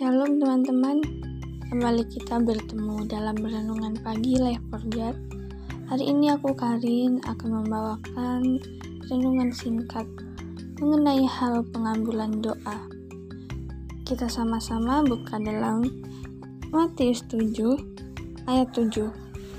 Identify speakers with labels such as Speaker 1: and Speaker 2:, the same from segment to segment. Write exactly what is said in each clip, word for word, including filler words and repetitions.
Speaker 1: Shalom teman-teman, kembali kita bertemu dalam renungan pagi Life for God. Hari ini aku Karin akan membawakan renungan singkat mengenai hal pengabulan doa. Kita sama-sama buka dalam Matius tujuh ayat tujuh.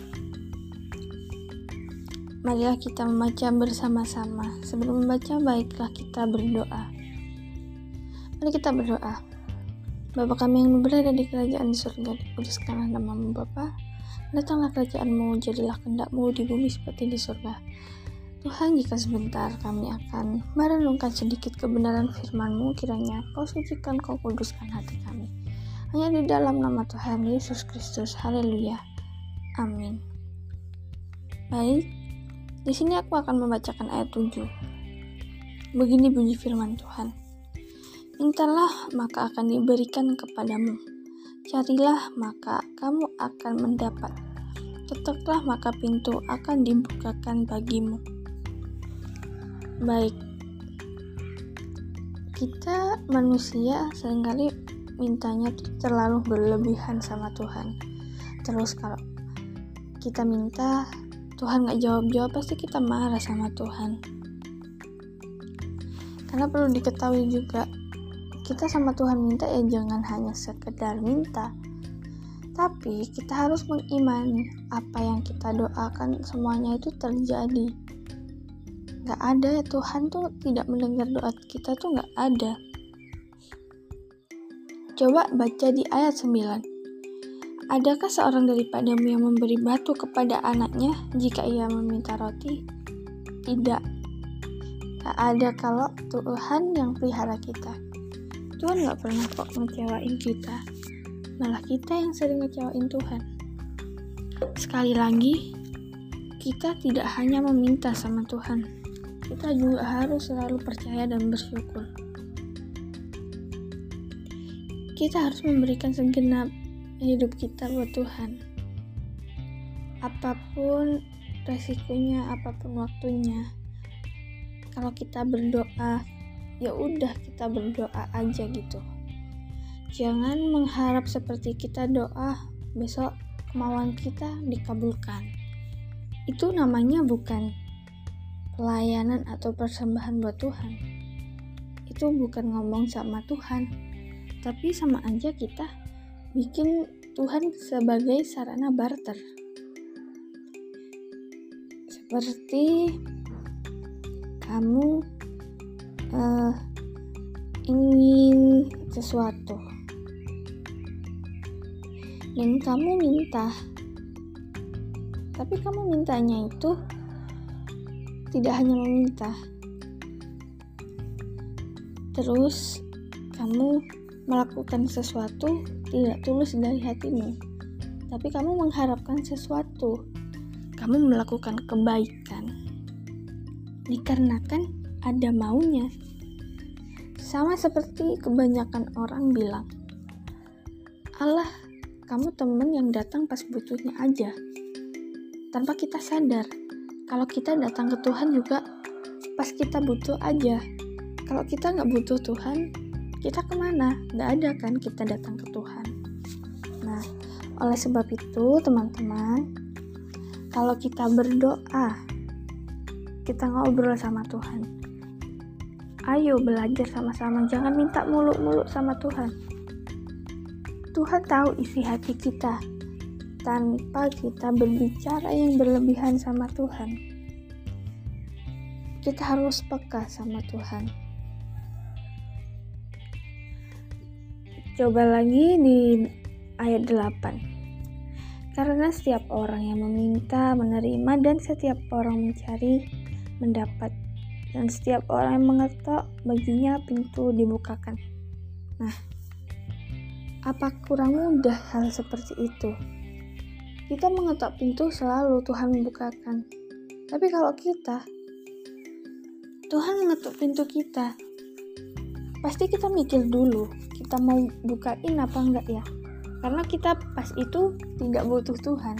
Speaker 1: Marilah kita membaca bersama-sama. Sebelum membaca, baiklah kita berdoa. Mari kita berdoa. Bapa kami yang berada di kerajaan surga, dikuduskanlah nama-Mu Bapa. Datanglah kerajaan-Mu, jadilah kehendak-Mu di bumi seperti di surga. Tuhan, jika sebentar kami akan merenungkan sedikit kebenaran firman-Mu, kiranya Kau sucikan, Kau kuduskan hati kami. Hanya di dalam nama Tuhan Yesus Kristus. Haleluya. Amin. Baik, di sini aku akan membacakan ayat tujuh. Begini bunyi firman Tuhan. Mintalah, maka akan diberikan kepadamu. Carilah, maka kamu akan mendapat. Ketuklah, maka pintu akan dibukakan bagimu. Baik, kita manusia seringkali mintanya tuh terlalu berlebihan sama Tuhan. Terus kalau kita minta, Tuhan gak jawab-jawab, pasti kita marah sama Tuhan. Karena perlu diketahui juga, kita sama Tuhan minta ya jangan hanya sekedar minta, tapi kita harus mengimani apa yang kita doakan semuanya itu terjadi. Gak ada, Tuhan tuh tidak mendengar doa kita tuh gak ada. Coba baca di ayat sembilan. Adakah seorang daripadamu yang memberi batu kepada anaknya jika ia meminta roti? Tidak. Gak ada kalau Tuhan yang pelihara kita. Tuhan gak pernah kok ngecewain kita, malah kita yang sering ngecewain Tuhan. Sekali lagi, kita tidak hanya meminta sama Tuhan, kita juga harus selalu percaya dan bersyukur. Kita harus memberikan segenap hidup kita buat Tuhan. Apapun resikonya, apapun waktunya, kalau kita berdoa, ya udah kita berdoa aja gitu. Jangan mengharap seperti kita doa besok kemauan kita dikabulkan. Itu namanya bukan pelayanan atau persembahan buat Tuhan. Itu bukan ngomong sama Tuhan, tapi sama aja kita bikin Tuhan sebagai sarana barter. Seperti kamu Uh, ingin sesuatu dan kamu minta, tapi kamu mintanya itu tidak hanya meminta, terus kamu melakukan sesuatu tidak tulus dari hatimu, tapi kamu mengharapkan sesuatu, kamu melakukan kebaikan dikarenakan ada maunya. Sama seperti kebanyakan orang bilang, Allah, kamu teman yang datang pas butuhnya aja. Tanpa kita sadar, kalau kita datang ke Tuhan juga pas kita butuh aja. Kalau kita gak butuh Tuhan, kita kemana? Gak ada kan kita datang ke Tuhan. Nah, oleh sebab itu teman-teman, kalau kita berdoa, kita ngobrol sama Tuhan, ayo belajar sama-sama, jangan minta mulu-mulu sama Tuhan. Tuhan tahu isi hati kita tanpa kita berbicara yang berlebihan sama Tuhan. Kita harus peka sama Tuhan. Coba lagi di ayat delapan. Karena setiap orang yang meminta menerima, dan setiap orang mencari mendapat, dan setiap orang yang mengetok baginya pintu dibukakan. Nah, apa kurang mudah hal seperti itu? Kita mengetok pintu selalu Tuhan membukakan. Tapi kalau kita, Tuhan mengetuk pintu kita, pasti kita mikir dulu, kita mau bukain apa enggak ya? Karena kita pas itu tidak butuh Tuhan.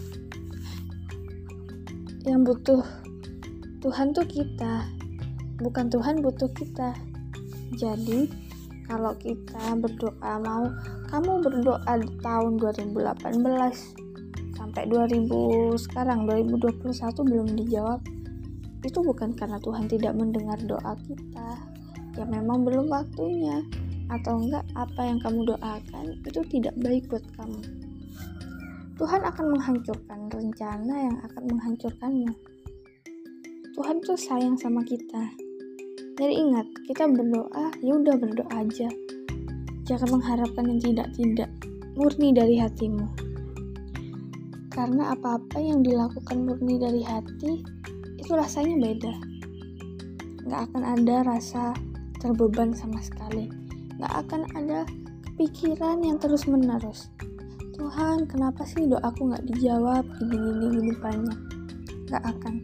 Speaker 1: Yang butuh Tuhan tuh kita, bukan Tuhan butuh kita. Jadi Kalau kita berdoa, mau kamu berdoa di tahun dua ribu delapan belas sampai dua ribu sekarang dua ribu dua puluh satu belum dijawab, itu bukan karena Tuhan tidak mendengar doa kita, ya memang belum waktunya, atau enggak apa yang kamu doakan itu tidak baik buat kamu. Tuhan akan menghancurkan rencana yang akan menghancurkanmu. Tuhan tuh sayang sama kita. Jadi ingat, kita berdoa, ya udah berdoa aja. Jangan mengharapkan yang tidak-tidak, murni dari hatimu. Karena apa-apa yang dilakukan murni dari hati, itu rasanya beda. Gak akan ada rasa terbeban sama sekali. Gak akan ada kepikiran yang terus-menerus. Tuhan, kenapa sih doaku gak dijawab, gini-gini gini banyak. Gak akan.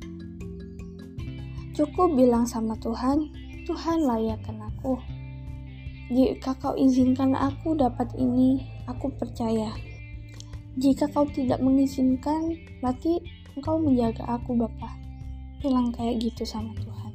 Speaker 1: Cukup bilang sama Tuhan, Tuhan layakkan aku. Jika kau izinkan aku dapat ini, aku percaya. Jika kau tidak mengizinkan, berarti engkau menjaga aku, Bapa. Bilang kayak gitu sama Tuhan.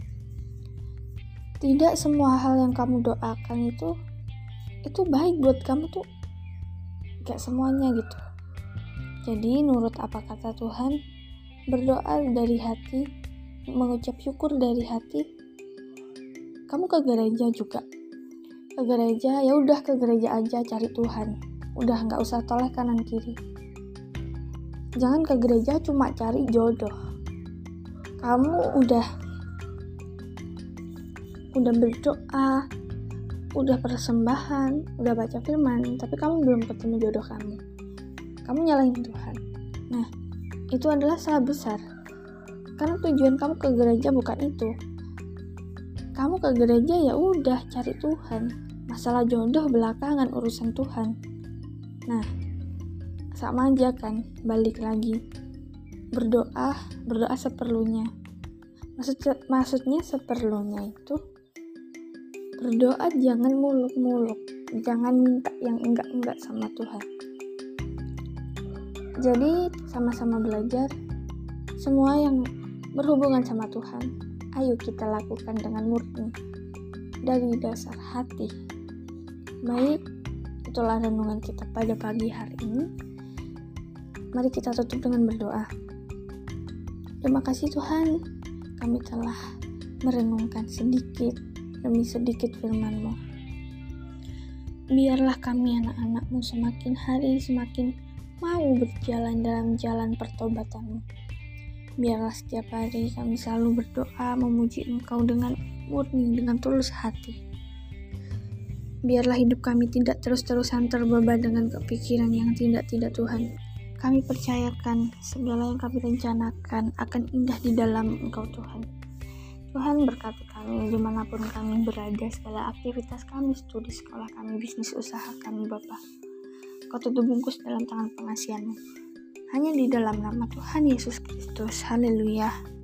Speaker 1: Tidak semua hal yang kamu doakan itu itu baik buat kamu tuh. Gak semuanya gitu. Jadi nurut apa kata Tuhan, berdoa dari hati, mengucap syukur dari hati. Kamu ke gereja juga, ke gereja ya udah ke gereja aja, cari Tuhan, udah nggak usah toleh kanan kiri. Jangan ke gereja cuma cari jodoh. Kamu udah udah berdoa, udah persembahan, udah baca firman, tapi kamu belum ketemu jodoh kamu. Kamu nyalahin Tuhan. Nah, itu adalah salah besar. Karena tujuan kamu ke gereja bukan itu. Kamu ke gereja ya udah cari Tuhan. Masalah jodoh belakangan, urusan Tuhan. Nah, sama aja kan, balik lagi. Berdoa, berdoa seperlunya. Maksud, maksudnya seperlunya itu berdoa jangan muluk-muluk. Jangan minta yang enggak-enggak sama Tuhan. Jadi sama-sama belajar. Semua yang berhubungan sama Tuhan, ayo kita lakukan dengan murni dari dasar hati. Baik, itulah renungan kita pada pagi hari ini. Mari kita tutup dengan berdoa. Terima kasih Tuhan, kami telah merenungkan sedikit demi sedikit firman-Mu. Biarlah kami anak-anak-Mu semakin hari semakin mau berjalan dalam jalan pertobatan-Mu. Biarlah setiap hari kami selalu berdoa memuji Engkau dengan murni, dengan tulus hati. Biarlah hidup kami tidak terus-terusan terbeban dengan kepikiran yang tidak-tidak Tuhan. Kami percayakan segala yang kami rencanakan akan indah di dalam Engkau Tuhan. Tuhan berkati kami dimanapun kami berada, segala aktivitas kami, studi sekolah kami, bisnis usaha kami Bapa. Kau tutup bungkus dalam tangan pengasihan-Mu. Hanya di dalam nama Tuhan Yesus Kristus. Haleluya.